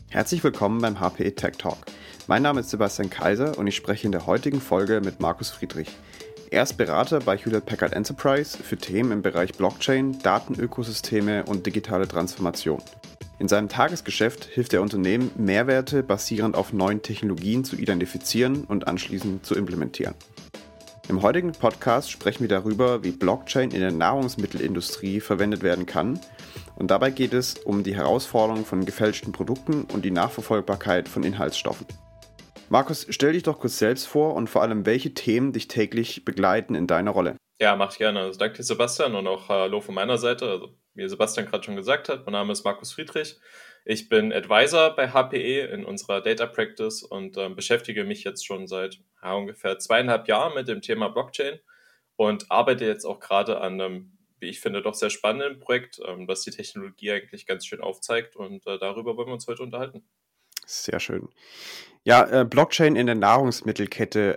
Herzlich willkommen beim HPE Tech Talk. Mein Name ist Sebastian Kaiser und ich spreche in der heutigen Folge mit Markus Friedrich. Er ist Berater bei Hewlett Packard Enterprise für Themen im Bereich Blockchain, Datenökosysteme und digitale Transformation. In seinem Tagesgeschäft hilft er Unternehmen, Mehrwerte basierend auf neuen Technologien zu identifizieren und anschließend zu implementieren. Im heutigen Podcast sprechen wir darüber, wie Blockchain in der Nahrungsmittelindustrie verwendet werden kann. Und dabei geht es um die Herausforderungen von gefälschten Produkten und die Nachverfolgbarkeit von Inhaltsstoffen. Markus, stell dich doch kurz selbst vor und vor allem, welche Themen dich täglich begleiten in deiner Rolle. Ja, mach ich gerne. Also danke dir, Sebastian, und auch hallo von meiner Seite. Also, wie Sebastian gerade schon gesagt hat, mein Name ist Markus Friedrich. Ich bin Advisor bei HPE in unserer Data Practice und beschäftige mich jetzt schon seit ungefähr 2,5 Jahren mit dem Thema Blockchain und arbeite jetzt auch gerade an einem, wie ich finde, doch sehr spannenden Projekt, das die Technologie eigentlich ganz schön aufzeigt, und darüber wollen wir uns heute unterhalten. Sehr schön. Ja, Blockchain in der Nahrungsmittelkette.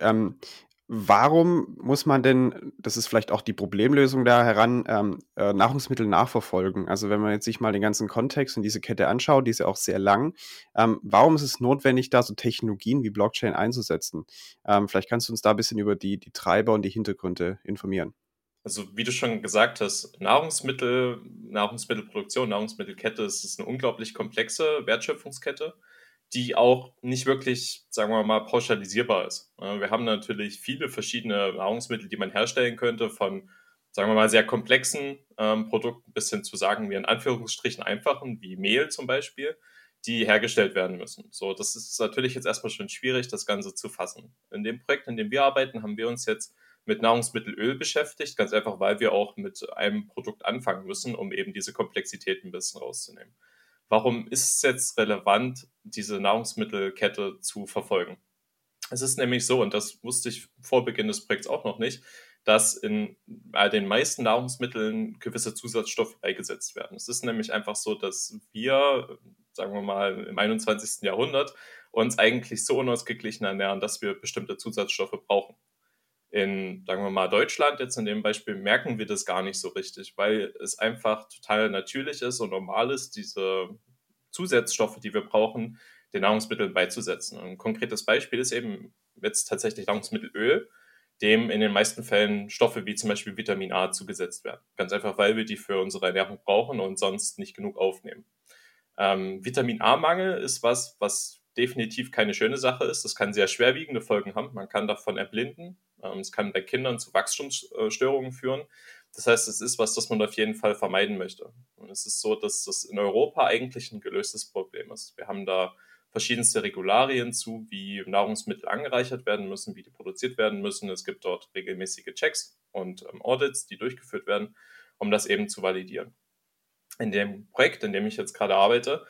Warum muss man denn, das ist vielleicht auch die Problemlösung da heran, Nahrungsmittel nachverfolgen? Also wenn man jetzt sich mal den ganzen Kontext und diese Kette anschaut, die ist ja auch sehr lang. Warum ist es notwendig, da so Technologien wie Blockchain einzusetzen? Vielleicht kannst du uns da ein bisschen über die Treiber und die Hintergründe informieren. Also wie du schon gesagt hast, Nahrungsmittelproduktion, Nahrungsmittelkette, es ist eine unglaublich komplexe Wertschöpfungskette, die auch nicht wirklich, sagen wir mal, pauschalisierbar ist. Wir haben natürlich viele verschiedene Nahrungsmittel, die man herstellen könnte, von, sagen wir mal, sehr komplexen Produkten bis hin zu, sagen wir in Anführungsstrichen, einfachen, wie Mehl zum Beispiel, die hergestellt werden müssen. So, das ist natürlich jetzt erstmal schon schwierig, das Ganze zu fassen. In dem Projekt, in dem wir arbeiten, haben wir uns jetzt mit Nahrungsmittelöl beschäftigt, ganz einfach, weil wir auch mit einem Produkt anfangen müssen, um eben diese Komplexität ein bisschen rauszunehmen. Warum ist es jetzt relevant, diese Nahrungsmittelkette zu verfolgen? Es ist nämlich so, und das wusste ich vor Beginn des Projekts auch noch nicht, dass in den meisten Nahrungsmitteln gewisse Zusatzstoffe beigesetzt werden. Es ist nämlich einfach so, dass wir, sagen wir mal, im 21. Jahrhundert uns eigentlich so unausgeglichen ernähren, dass wir bestimmte Zusatzstoffe brauchen. In, sagen wir mal, Deutschland jetzt in dem Beispiel merken wir das gar nicht so richtig, weil es einfach total natürlich ist und normal ist, diese Zusatzstoffe, die wir brauchen, den Nahrungsmitteln beizusetzen. Und ein konkretes Beispiel ist eben jetzt tatsächlich Nahrungsmittelöl, dem in den meisten Fällen Stoffe wie zum Beispiel Vitamin A zugesetzt werden. Ganz einfach, weil wir die für unsere Ernährung brauchen und sonst nicht genug aufnehmen. Vitamin A-Mangel ist was definitiv keine schöne Sache ist. Das kann sehr schwerwiegende Folgen haben. Man kann davon erblinden. Es kann bei Kindern zu Wachstumsstörungen führen. Das heißt, es ist was, das man auf jeden Fall vermeiden möchte. Und es ist so, dass das in Europa eigentlich ein gelöstes Problem ist. Wir haben da verschiedenste Regularien zu, wie Nahrungsmittel angereichert werden müssen, wie die produziert werden müssen. Es gibt dort regelmäßige Checks und Audits, die durchgeführt werden, um das eben zu validieren. In dem Projekt, in dem ich jetzt gerade arbeite,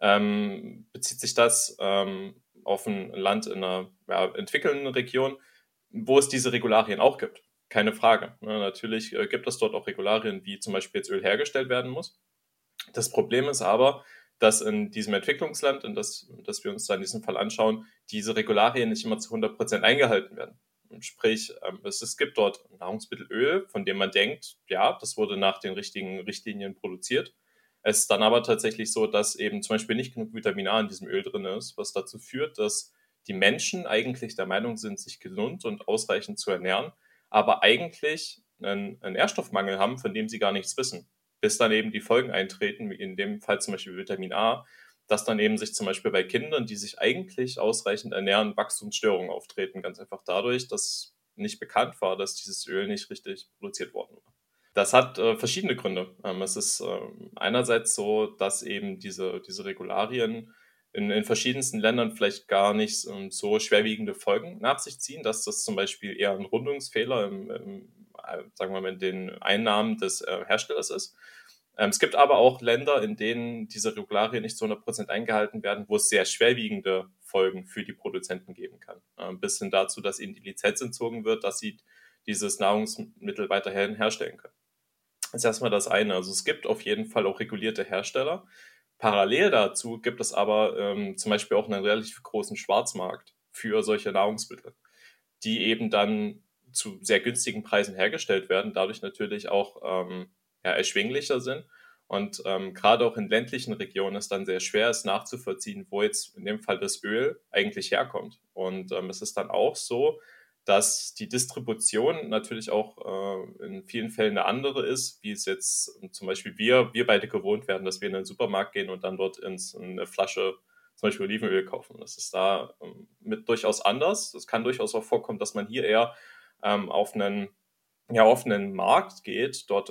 bezieht sich das auf ein Land in einer entwickelnden Region, wo es diese Regularien auch gibt. Keine Frage. Natürlich gibt es dort auch Regularien, wie zum Beispiel jetzt Öl hergestellt werden muss. Das Problem ist aber, dass in diesem Entwicklungsland, in das wir uns da in diesem Fall anschauen, diese Regularien nicht immer zu 100% eingehalten werden. Sprich, es gibt dort Nahrungsmittelöl, von dem man denkt, ja, das wurde nach den richtigen Richtlinien produziert. Es ist dann aber tatsächlich so, dass eben zum Beispiel nicht genug Vitamin A in diesem Öl drin ist, was dazu führt, dass die Menschen eigentlich der Meinung sind, sich gesund und ausreichend zu ernähren, aber eigentlich einen Nährstoffmangel haben, von dem sie gar nichts wissen. Bis dann eben die Folgen eintreten, wie in dem Fall zum Beispiel Vitamin A, dass dann eben sich zum Beispiel bei Kindern, die sich eigentlich ausreichend ernähren, Wachstumsstörungen auftreten. Ganz einfach dadurch, dass nicht bekannt war, dass dieses Öl nicht richtig produziert worden war. Das hat verschiedene Gründe. Es ist einerseits so, dass eben diese Regularien in verschiedensten Ländern vielleicht gar nicht so schwerwiegende Folgen nach sich ziehen, dass das zum Beispiel eher ein Rundungsfehler sagen wir mal, in den Einnahmen des Herstellers ist. Es gibt aber auch Länder, in denen diese Regularien nicht zu 100% eingehalten werden, wo es sehr schwerwiegende Folgen für die Produzenten geben kann. Bis hin dazu, dass ihnen die Lizenz entzogen wird, dass sie dieses Nahrungsmittel weiterhin herstellen können. Das ist erstmal das eine. Also es gibt auf jeden Fall auch regulierte Hersteller. Parallel dazu gibt es aber zum Beispiel auch einen relativ großen Schwarzmarkt für solche Nahrungsmittel, die eben dann zu sehr günstigen Preisen hergestellt werden, dadurch natürlich auch erschwinglicher sind Und gerade auch in ländlichen Regionen ist dann sehr schwer, es nachzuvollziehen, wo jetzt in dem Fall das Öl eigentlich herkommt. Und es ist dann auch so, dass die Distribution natürlich auch in vielen Fällen eine andere ist, wie es jetzt zum Beispiel wir beide gewohnt werden, dass wir in den Supermarkt gehen und dann dort eine Flasche zum Beispiel Olivenöl kaufen. Das ist da mit durchaus anders. Es kann durchaus auch vorkommen, dass man hier eher auf einen offenen Markt geht, dort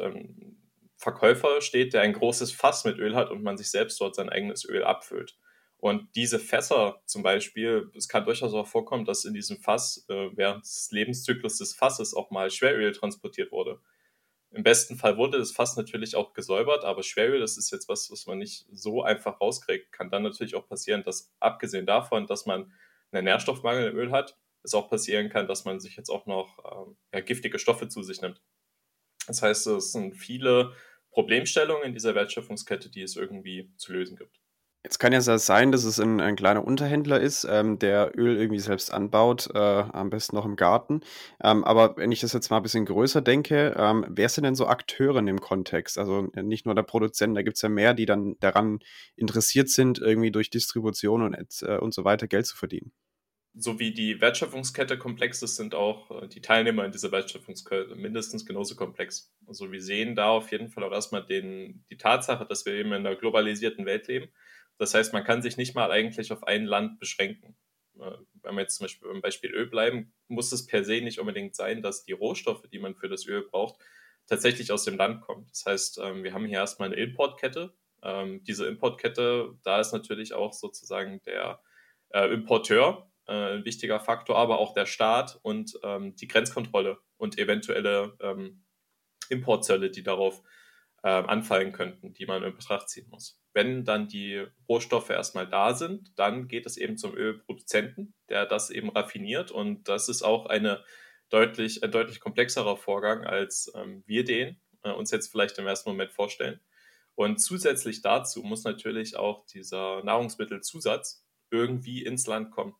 Verkäufer steht, der ein großes Fass mit Öl hat und man sich selbst dort sein eigenes Öl abfüllt. Und diese Fässer zum Beispiel, es kann durchaus auch vorkommen, dass in diesem Fass während des Lebenszyklus des Fasses auch mal Schweröl transportiert wurde. Im besten Fall wurde das Fass natürlich auch gesäubert, aber Schweröl, das ist jetzt was man nicht so einfach rauskriegt. Kann dann natürlich auch passieren, dass abgesehen davon, dass man einen Nährstoffmangel im Öl hat, es auch passieren kann, dass man sich jetzt auch noch giftige Stoffe zu sich nimmt. Das heißt, es sind viele Problemstellungen in dieser Wertschöpfungskette, die es irgendwie zu lösen gibt. Jetzt kann ja sein, dass es ein kleiner Unterhändler ist, der Öl irgendwie selbst anbaut, am besten noch im Garten. Aber wenn ich das jetzt mal ein bisschen größer denke, wer sind denn so Akteure in dem Kontext? Also nicht nur der Produzent, da gibt es ja mehr, die dann daran interessiert sind, irgendwie durch Distribution und so weiter Geld zu verdienen. So wie die Wertschöpfungskette komplex ist, sind auch die Teilnehmer in dieser Wertschöpfungskette mindestens genauso komplex. Also wir sehen da auf jeden Fall auch erstmal die Tatsache, dass wir eben in einer globalisierten Welt leben. Das heißt, man kann sich nicht mal eigentlich auf ein Land beschränken. Wenn wir jetzt zum Beispiel beim Beispiel Öl bleiben, muss es per se nicht unbedingt sein, dass die Rohstoffe, die man für das Öl braucht, tatsächlich aus dem Land kommen. Das heißt, wir haben hier erstmal eine Importkette. Diese Importkette, da ist natürlich auch sozusagen der Importeur ein wichtiger Faktor, aber auch der Staat und die Grenzkontrolle und eventuelle Importzölle, die darauf anfallen könnten, die man in Betracht ziehen muss. Wenn dann die Rohstoffe erstmal da sind, dann geht es eben zum Ölproduzenten, der das eben raffiniert, und das ist auch ein deutlich komplexerer Vorgang, als wir den uns jetzt vielleicht im ersten Moment vorstellen. Und zusätzlich dazu muss natürlich auch dieser Nahrungsmittelzusatz irgendwie ins Land kommen,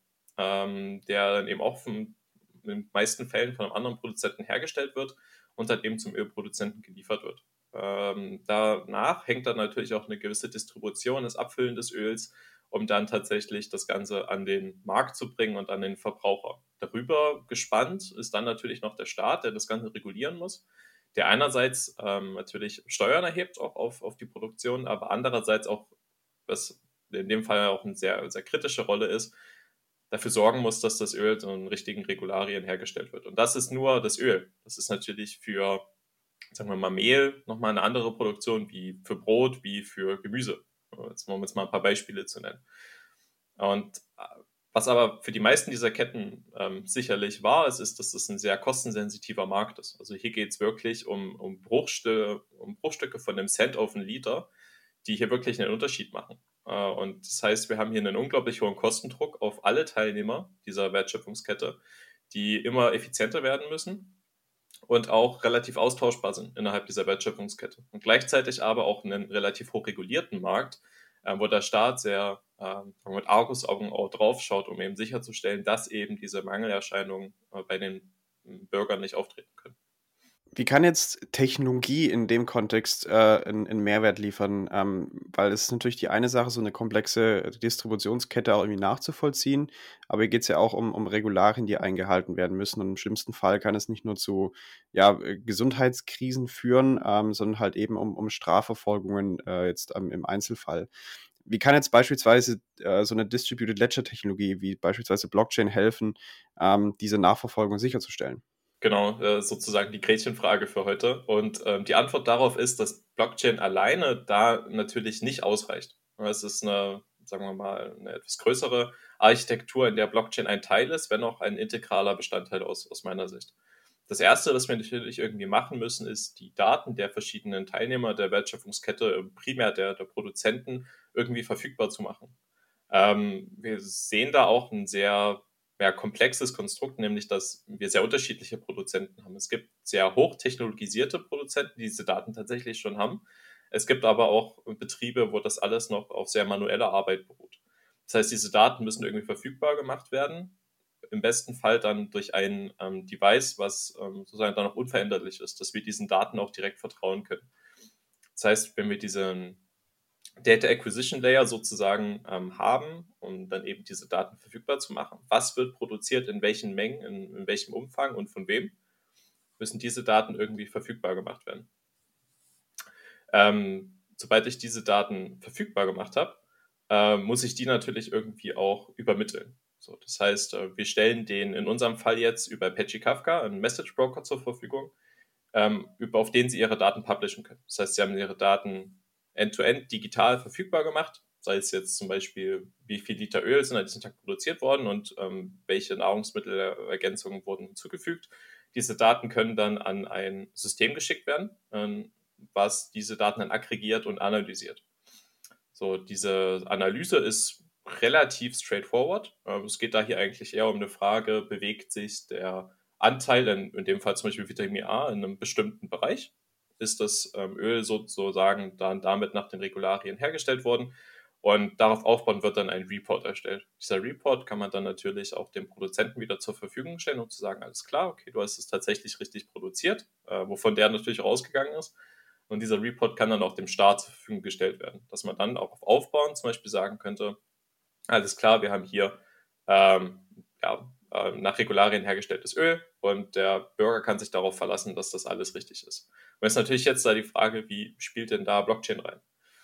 der dann eben auch in den meisten Fällen von einem anderen Produzenten hergestellt wird und dann eben zum Ölproduzenten geliefert wird. Danach hängt dann natürlich auch eine gewisse Distribution, das Abfüllen des Öls, um dann tatsächlich das Ganze an den Markt zu bringen und an den Verbraucher. Darüber gespannt ist dann natürlich noch der Staat, der das Ganze regulieren muss, der einerseits natürlich Steuern erhebt auch auf die Produktion, aber andererseits auch, was in dem Fall auch eine sehr, sehr kritische Rolle ist, dafür sorgen muss, dass das Öl so in richtigen Regularien hergestellt wird. Und das ist nur das Öl. Das ist natürlich für, sagen wir mal, Mehl nochmal eine andere Produktion wie für Brot, wie für Gemüse. Jetzt, um jetzt mal ein paar Beispiele zu nennen. Und was aber für die meisten dieser Ketten sicherlich wahr ist, dass es ein sehr kostensensitiver Markt ist. Also hier geht es wirklich um Bruchstücke von einem Cent auf einen Liter, die hier wirklich einen Unterschied machen. Und das heißt, wir haben hier einen unglaublich hohen Kostendruck auf alle Teilnehmer dieser Wertschöpfungskette, die immer effizienter werden müssen und auch relativ austauschbar sind innerhalb dieser Wertschöpfungskette. Und gleichzeitig aber auch einen relativ hoch regulierten Markt, wo der Staat sehr mit Argusaugen auch drauf schaut, um eben sicherzustellen, dass eben diese Mangelerscheinungen bei den Bürgern nicht auftreten können. Wie kann jetzt Technologie in dem Kontext 'n Mehrwert liefern? Weil es ist natürlich die eine Sache, so eine komplexe Distributionskette auch irgendwie nachzuvollziehen, aber hier geht es ja auch um Regularien, die eingehalten werden müssen, und im schlimmsten Fall kann es nicht nur zu, ja, Gesundheitskrisen führen, sondern halt eben um Strafverfolgungen, jetzt, im Einzelfall. Wie kann jetzt beispielsweise, so eine Distributed Ledger Technologie wie beispielsweise Blockchain helfen, diese Nachverfolgung sicherzustellen? Genau, sozusagen die Gretchenfrage für heute. Und die Antwort darauf ist, dass Blockchain alleine da natürlich nicht ausreicht. Es ist eine, sagen wir mal, eine etwas größere Architektur, in der Blockchain ein Teil ist, wenn auch ein integraler Bestandteil aus meiner Sicht. Das Erste, was wir natürlich irgendwie machen müssen, ist, die Daten der verschiedenen Teilnehmer der Wertschöpfungskette, primär der Produzenten, irgendwie verfügbar zu machen. Wir sehen da auch ein sehr komplexes Konstrukt, nämlich dass wir sehr unterschiedliche Produzenten haben. Es gibt sehr hochtechnologisierte Produzenten, die diese Daten tatsächlich schon haben. Es gibt aber auch Betriebe, wo das alles noch auf sehr manueller Arbeit beruht. Das heißt, diese Daten müssen irgendwie verfügbar gemacht werden. Im besten Fall dann durch ein Device, was sozusagen dann noch unveränderlich ist, dass wir diesen Daten auch direkt vertrauen können. Das heißt, wenn wir diesen Data Acquisition Layer sozusagen haben, um dann eben diese Daten verfügbar zu machen, was wird produziert, in welchen Mengen, in welchem Umfang und von wem, müssen diese Daten irgendwie verfügbar gemacht werden. Sobald ich diese Daten verfügbar gemacht habe, muss ich die natürlich irgendwie auch übermitteln. So, das heißt, wir stellen den in unserem Fall jetzt über Apache Kafka, einen Message Broker zur Verfügung, auf den sie ihre Daten publishen können. Das heißt, sie haben ihre Daten end-to-end digital verfügbar gemacht, sei es jetzt zum Beispiel, wie viel Liter Öl sind an diesem Tag produziert worden und welche Nahrungsmittelergänzungen wurden hinzugefügt. Diese Daten können dann an ein System geschickt werden, was diese Daten dann aggregiert und analysiert. So, diese Analyse ist relativ straightforward. Es geht da hier eigentlich eher um eine Frage, bewegt sich der Anteil, in dem Fall zum Beispiel Vitamin A, in einem bestimmten Bereich? Ist das Öl sozusagen dann damit nach den Regularien hergestellt worden? Und darauf aufbauen wird dann ein Report erstellt. Dieser Report kann man dann natürlich auch dem Produzenten wieder zur Verfügung stellen, um zu sagen, alles klar, okay, du hast es tatsächlich richtig produziert, wovon der natürlich auch ausgegangen ist. Und dieser Report kann dann auch dem Staat zur Verfügung gestellt werden, dass man dann auch auf Aufbauen zum Beispiel sagen könnte, alles klar, wir haben hier nach Regularien hergestelltes Öl und der Bürger kann sich darauf verlassen, dass das alles richtig ist. Und ist natürlich jetzt da die Frage, wie spielt denn da Blockchain rein?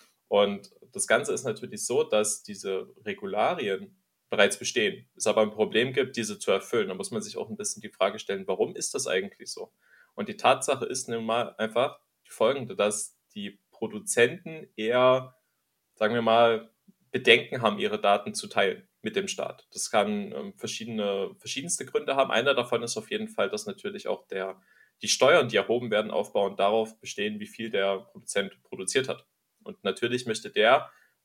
Und das Ganze ist natürlich so, dass diese Regularien bereits bestehen, es aber ein Problem gibt, diese zu erfüllen. Da muss man sich auch ein bisschen die Frage stellen, warum ist das eigentlich so? Und die Tatsache ist nun mal einfach die folgende, dass die Produzenten eher, sagen wir mal, Bedenken haben, ihre Daten zu teilen mit dem Staat. Das kann verschiedenste Gründe haben. Einer davon ist auf jeden Fall, dass natürlich auch die Steuern, die erhoben werden, aufbauend darauf bestehen, wie viel der Produzent produziert hat. Und natürlich möchte der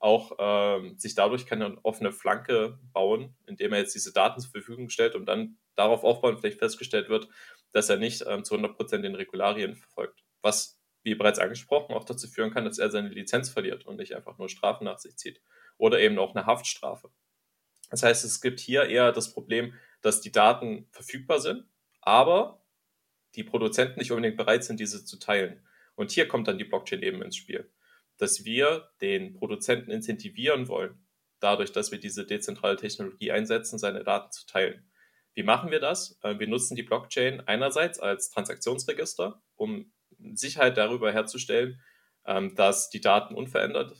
auch sich dadurch keine offene Flanke bauen, indem er jetzt diese Daten zur Verfügung stellt und dann darauf aufbauen vielleicht festgestellt wird, dass er nicht zu 100% den Regularien verfolgt. Was, wie bereits angesprochen, auch dazu führen kann, dass er seine Lizenz verliert und nicht einfach nur Strafen nach sich zieht. Oder eben auch eine Haftstrafe. Das heißt, es gibt hier eher das Problem, dass die Daten verfügbar sind, aber die Produzenten nicht unbedingt bereit sind, diese zu teilen. Und hier kommt dann die Blockchain eben ins Spiel, dass wir den Produzenten incentivieren wollen, dadurch, dass wir diese dezentrale Technologie einsetzen, seine Daten zu teilen. Wie machen wir das? Wir nutzen die Blockchain einerseits als Transaktionsregister, um Sicherheit darüber herzustellen, dass die Daten unverändert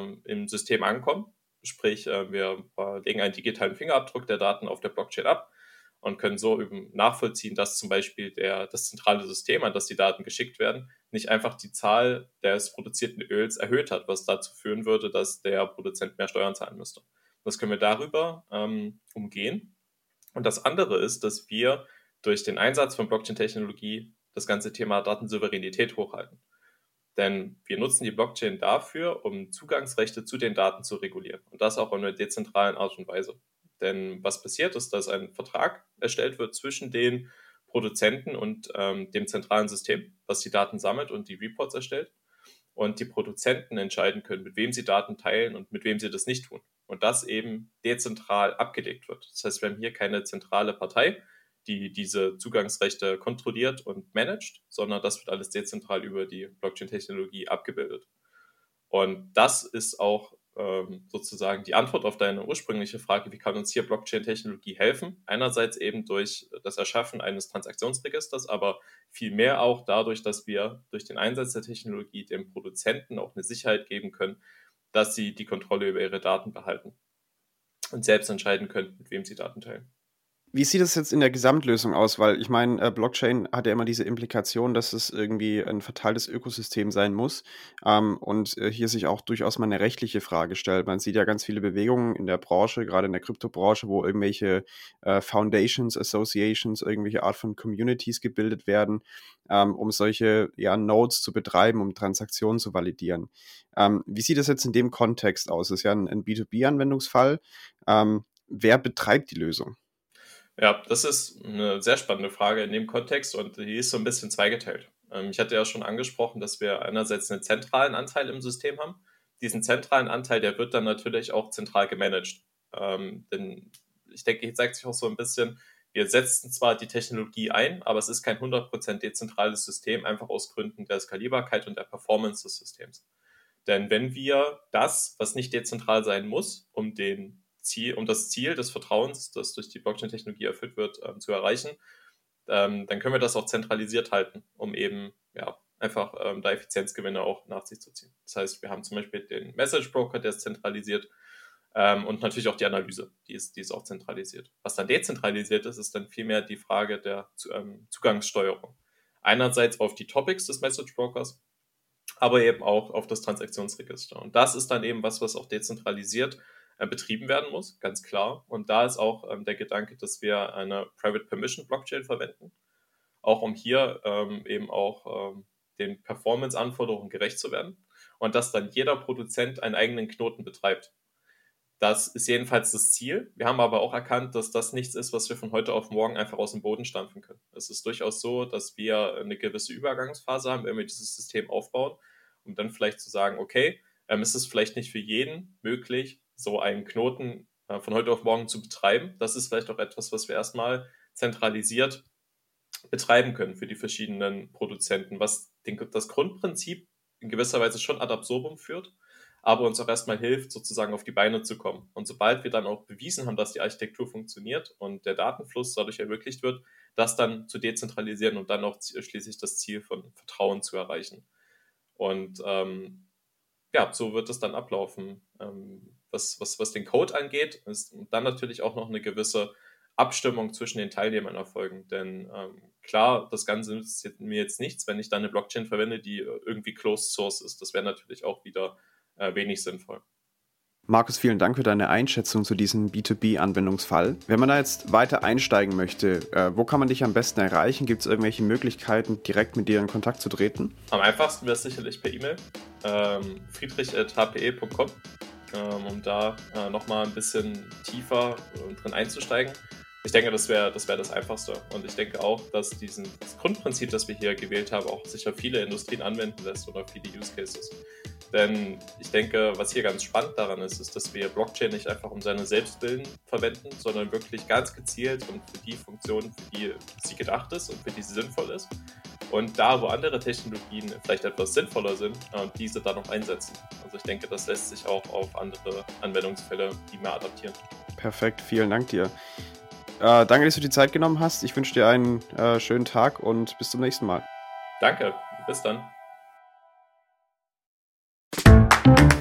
im System ankommen. Sprich, wir legen einen digitalen Fingerabdruck der Daten auf der Blockchain ab und können so eben nachvollziehen, dass zum Beispiel das zentrale System, an das die Daten geschickt werden, nicht einfach die Zahl des produzierten Öls erhöht hat, was dazu führen würde, dass der Produzent mehr Steuern zahlen müsste. Das können wir darüber umgehen. Und das andere ist, dass wir durch den Einsatz von Blockchain-Technologie das ganze Thema Datensouveränität hochhalten. Denn wir nutzen die Blockchain dafür, um Zugangsrechte zu den Daten zu regulieren. Und das auch in einer dezentralen Art und Weise. Denn was passiert ist, dass ein Vertrag erstellt wird zwischen den Produzenten und dem zentralen System, was die Daten sammelt und die Reports erstellt. Und die Produzenten entscheiden können, mit wem sie Daten teilen und mit wem sie das nicht tun. Und das eben dezentral abgelegt wird. Das heißt, wir haben hier keine zentrale Partei, die diese Zugangsrechte kontrolliert und managt, sondern das wird alles dezentral über die Blockchain-Technologie abgebildet. Und das ist auch sozusagen die Antwort auf deine ursprüngliche Frage, wie kann uns hier Blockchain-Technologie helfen? Einerseits eben durch das Erschaffen eines Transaktionsregisters, aber vielmehr auch dadurch, dass wir durch den Einsatz der Technologie dem Produzenten auch eine Sicherheit geben können, dass sie die Kontrolle über ihre Daten behalten und selbst entscheiden können, mit wem sie Daten teilen. Wie sieht es jetzt in der Gesamtlösung aus? Weil ich meine, Blockchain hat ja immer diese Implikation, dass es irgendwie ein verteiltes Ökosystem sein muss und hier sich auch durchaus mal eine rechtliche Frage stellt. Man sieht ja ganz viele Bewegungen in der Branche, gerade in der Kryptobranche, wo irgendwelche Foundations, Associations, irgendwelche Art von Communities gebildet werden, um solche Nodes zu betreiben, um Transaktionen zu validieren. Wie sieht das jetzt in dem Kontext aus? Das ist ja ein B2B-Anwendungsfall. Wer betreibt die Lösung? Ja, das ist eine sehr spannende Frage in dem Kontext und die ist so ein bisschen zweigeteilt. Ich hatte ja schon angesprochen, dass wir einerseits einen zentralen Anteil im System haben. Diesen zentralen Anteil, der wird dann natürlich auch zentral gemanagt. Denn ich denke, hier zeigt sich auch so ein bisschen, wir setzen zwar die Technologie ein, aber es ist kein 100% dezentrales System, einfach aus Gründen der Skalierbarkeit und der Performance des Systems. Denn wenn wir das, was nicht dezentral sein muss, um das Ziel des Vertrauens, das durch die Blockchain-Technologie erfüllt wird, zu erreichen, dann können wir das auch zentralisiert halten, um eben einfach da Effizienzgewinne auch nach sich zu ziehen. Das heißt, wir haben zum Beispiel den Message Broker, der ist zentralisiert, und natürlich auch die Analyse, die ist auch zentralisiert. Was dann dezentralisiert ist, ist dann vielmehr die Frage der Zugangssteuerung. Einerseits auf die Topics des Message Brokers, aber eben auch auf das Transaktionsregister. Und das ist dann eben was auch dezentralisiert betrieben werden muss, ganz klar. Und da ist auch der Gedanke, dass wir eine Private Permission Blockchain verwenden, auch um hier eben auch den Performance-Anforderungen gerecht zu werden und dass dann jeder Produzent einen eigenen Knoten betreibt. Das ist jedenfalls das Ziel. Wir haben aber auch erkannt, dass das nichts ist, was wir von heute auf morgen einfach aus dem Boden stampfen können. Es ist durchaus so, dass wir eine gewisse Übergangsphase haben, wenn wir dieses System aufbauen, um dann vielleicht zu sagen, okay, ist es vielleicht nicht für jeden möglich, so einen Knoten von heute auf morgen zu betreiben. Das ist vielleicht auch etwas, was wir erstmal zentralisiert betreiben können für die verschiedenen Produzenten, was das Grundprinzip in gewisser Weise schon ad absurdum führt, aber uns auch erstmal hilft, sozusagen auf die Beine zu kommen. Und sobald wir dann auch bewiesen haben, dass die Architektur funktioniert und der Datenfluss dadurch ermöglicht wird, das dann zu dezentralisieren und dann auch schließlich das Ziel von Vertrauen zu erreichen. Und so wird es dann ablaufen. Was den Code angeht, ist dann natürlich auch noch eine gewisse Abstimmung zwischen den Teilnehmern erfolgen. Denn klar, das Ganze nützt mir jetzt nichts, wenn ich dann eine Blockchain verwende, die irgendwie closed source ist. Das wäre natürlich auch wieder wenig sinnvoll. Markus, vielen Dank für deine Einschätzung zu diesem B2B-Anwendungsfall. Wenn man da jetzt weiter einsteigen möchte, wo kann man dich am besten erreichen? Gibt es irgendwelche Möglichkeiten, direkt mit dir in Kontakt zu treten? Am einfachsten wäre es sicherlich per E-Mail, friedrich@hpe.com, um da nochmal ein bisschen tiefer drin einzusteigen. Ich denke, das wäre das Einfachste. Und ich denke auch, dass das Grundprinzip, das wir hier gewählt haben, auch sich auf viele Industrien anwenden lässt oder auf viele Use Cases. Denn ich denke, was hier ganz spannend daran ist, dass wir Blockchain nicht einfach um seine Selbstwillen verwenden, sondern wirklich ganz gezielt und für die Funktionen, für die sie gedacht ist und für die sie sinnvoll ist. Und da, wo andere Technologien vielleicht etwas sinnvoller sind, diese dann noch einsetzen. Also ich denke, das lässt sich auch auf andere Anwendungsfälle primär adaptieren. Perfekt, vielen Dank dir. Danke, dass du die Zeit genommen hast. Ich wünsche dir einen schönen Tag und bis zum nächsten Mal. Danke, bis dann.